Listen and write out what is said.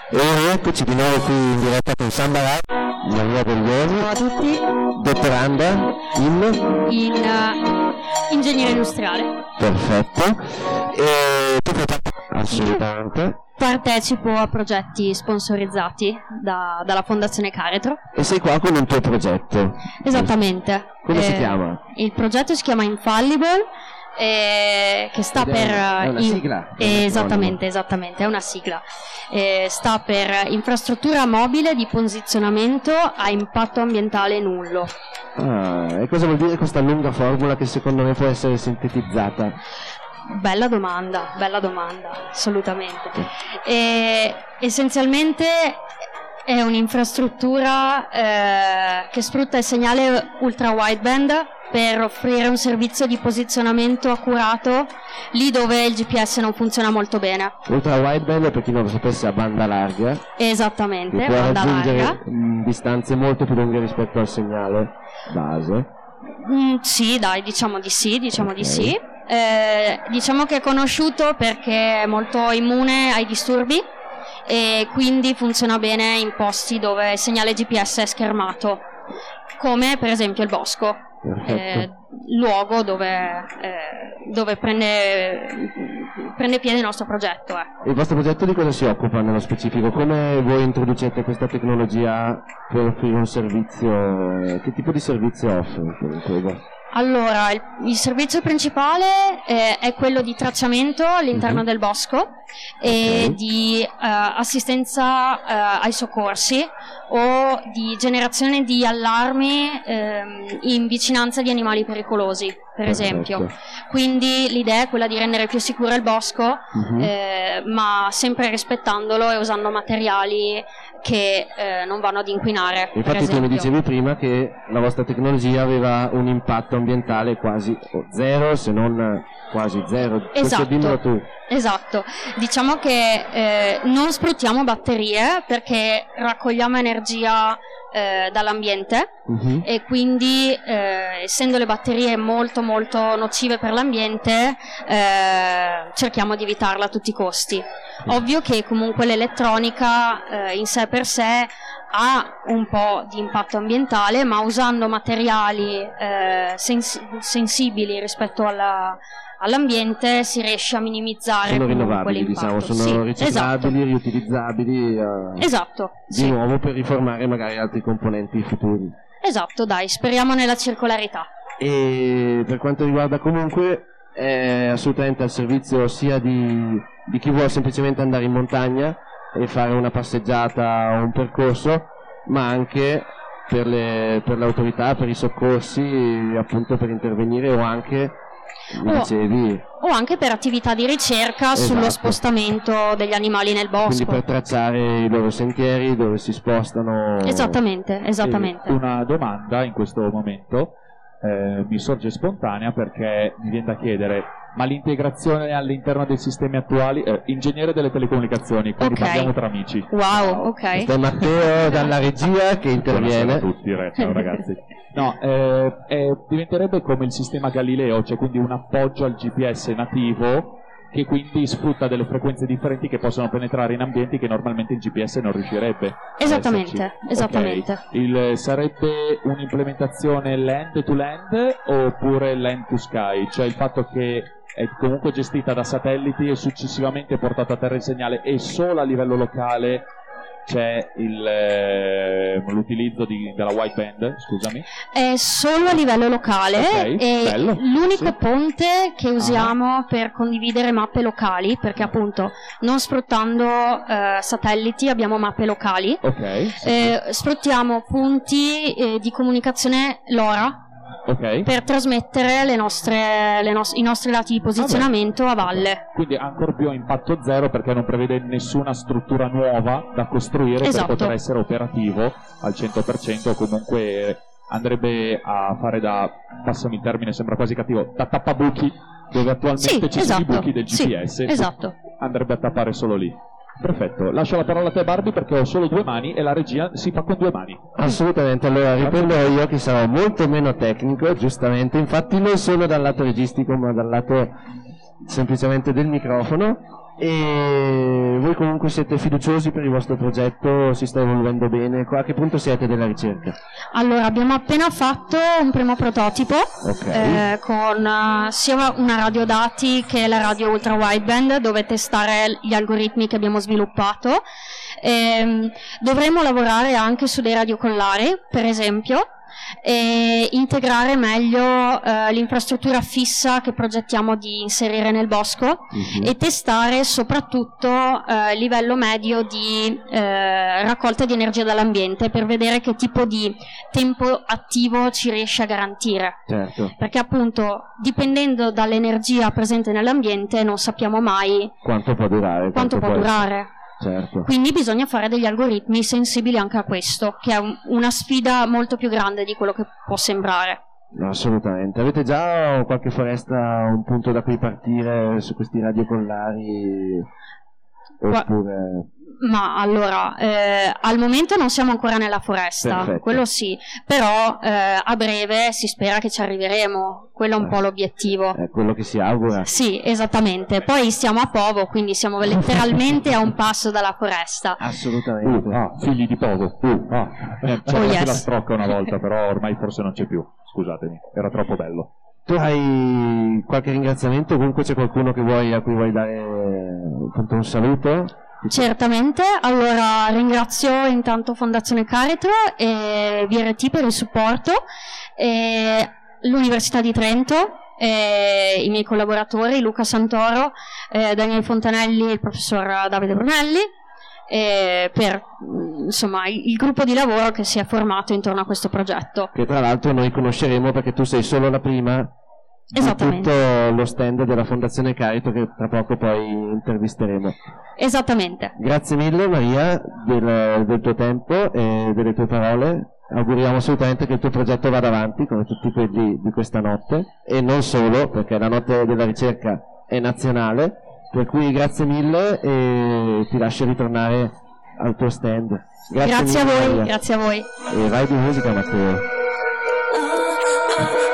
E eccoci di nuovo qui in diretta con Samba Live, Maria Berlioni. Ciao a tutti. Dottoranda in ingegneria industriale. Perfetto. E tu fai parte? Assolutamente. Partecipo a progetti sponsorizzati dalla Fondazione Caretro. E sei qua con un tuo progetto. Esattamente. Come si chiama? Il progetto si chiama Infallible. Che sta È una sigla? Esattamente, è una sigla. Sta per infrastruttura mobile di posizionamento a impatto ambientale nullo. E cosa vuol dire questa lunga formula che secondo me può essere sintetizzata? Bella domanda, assolutamente. Essenzialmente è un'infrastruttura che sfrutta il segnale ultra wideband per offrire un servizio di posizionamento accurato lì dove il GPS non funziona molto bene. Ultra wideband, per chi non lo sapesse, a banda larga. Esattamente, che può banda raggiungere larga. Distanze molto più lunghe rispetto al segnale base. Sì, dai, diciamo di sì. Diciamo che è conosciuto perché è molto immune ai disturbi e quindi funziona bene in posti dove il segnale GPS è schermato, come per esempio il bosco, luogo dove prende piede il nostro progetto. Il vostro progetto di cosa si occupa nello specifico? Come voi introducete questa tecnologia per offrire un servizio? Che tipo di servizio offre? Allora, il servizio principale è quello di tracciamento all'interno del bosco e di assistenza ai soccorsi o di generazione di allarmi in vicinanza di animali pericolosi, per esempio. Quindi l'idea è quella di rendere più sicuro il bosco, ma sempre rispettandolo e usando materiali che non vanno ad inquinare. Infatti tu mi dicevi prima che la vostra tecnologia aveva un impatto ambientale quasi zero, se non quasi zero. Dimmelo tu. Esatto, diciamo che non sfruttiamo batterie perché raccogliamo energia dall'ambiente e quindi essendo le batterie molto nocive per l'ambiente cerchiamo di evitarla a tutti i costi. Ovvio che comunque l'elettronica in sé per sé ha un po' di impatto ambientale, ma usando materiali sensibili rispetto all'ambiente si riesce a minimizzare. Sono rinnovabili, l'impatto. Sono riciclabili, riutilizzabili, di nuovo per riformare magari altri componenti futuri. Esatto, dai, speriamo nella circolarità. E per quanto riguarda comunque è assolutamente al servizio sia di chi vuole semplicemente andare in montagna e fare una passeggiata o un percorso, ma anche per l'autorità, per i soccorsi, appunto per intervenire o anche o anche per attività di ricerca sullo spostamento degli animali nel bosco. Quindi per tracciare i loro sentieri dove si spostano. Esattamente. Una domanda in questo momento mi sorge spontanea perché mi viene da chiedere: ma l'integrazione all'interno dei sistemi attuali, ingegnere delle telecomunicazioni, quindi parliamo tra amici. Wow, ok. Questo è Matteo dalla regia che interviene. Buonasera a tutti, ciao ragazzi. No, diventerebbe come il sistema Galileo, cioè quindi un appoggio al GPS nativo che quindi sfrutta delle frequenze differenti che possono penetrare in ambienti che normalmente il GPS non riuscirebbe. Esattamente. Okay. Sarebbe un'implementazione land to land oppure land to sky, cioè il fatto che è comunque gestita da satelliti e successivamente portato a terra il segnale e solo a livello locale c'è l'utilizzo della wideband, scusami? È solo a livello locale, l'unico ponte che usiamo per condividere mappe locali, perché appunto non sfruttando satelliti abbiamo mappe locali, sfruttiamo punti di comunicazione LoRa per trasmettere i nostri dati di posizionamento a valle. Quindi ancora più a impatto zero perché non prevede nessuna struttura nuova da costruire per poter essere operativo al 100%, o comunque andrebbe a fare passami il termine, sembra quasi cattivo, da tappabuchi, dove attualmente ci sono i buchi del GPS. Andrebbe a tappare solo lì. Perfetto, lascio la parola a te Barbie perché ho solo 2 mani e la regia si fa con 2 mani. Assolutamente, allora riprendo io che sarò molto meno tecnico, giustamente, infatti non sono dal lato registico ma dal lato semplicemente del microfono E voi comunque siete fiduciosi per il vostro progetto? Si sta evolvendo bene? A che punto siete della ricerca? Allora, abbiamo appena fatto un primo prototipo con sia una radio dati che la radio ultra wideband, dove testare gli algoritmi che abbiamo sviluppato. Dovremo lavorare anche su dei radiocollari, per esempio, e integrare meglio l'infrastruttura fissa che progettiamo di inserire nel bosco e testare soprattutto il livello medio di raccolta di energia dall'ambiente, per vedere che tipo di tempo attivo ci riesce a garantire. Certo. Perché appunto, dipendendo dall'energia presente nell'ambiente, non sappiamo mai quanto può durare. Certo. Quindi bisogna fare degli algoritmi sensibili anche a questo, che è una sfida molto più grande di quello che può sembrare. No, assolutamente. Avete già qualche foresta, un punto da cui partire su questi radiocollari? Oppure... Ma allora, al momento non siamo ancora nella foresta. Perfetto. Quello sì, però a breve si spera che ci arriveremo, quello è un po' l'obiettivo. È quello che si augura. Sì, esattamente. Poi stiamo a Povo, quindi siamo letteralmente a un passo dalla foresta. Assolutamente. Figli di Povo. C'era la strocca una volta, però ormai forse non c'è più. Scusatemi, era troppo bello. Tu hai qualche ringraziamento? Comunque c'è qualcuno a cui vuoi dare un saluto? Certamente, allora ringrazio intanto Fondazione Caritro e VRT per il supporto, l'Università di Trento, i miei collaboratori Luca Santoro, Daniele Fontanelli e il professor Davide Brunelli, per insomma il gruppo di lavoro che si è formato intorno a questo progetto. Che tra l'altro noi conosceremo perché tu sei solo la prima di tutto lo stand della Fondazione Carito, che tra poco poi intervisteremo. Esattamente. Grazie mille Maria del tuo tempo e delle tue parole. Auguriamo assolutamente che il tuo progetto vada avanti come tutti quelli di questa notte, e non solo, perché la notte della ricerca è nazionale, per cui grazie mille e ti lascio ritornare al tuo stand. Grazie mille, a voi, Maria. grazie a voi. E vai di musica, Matteo.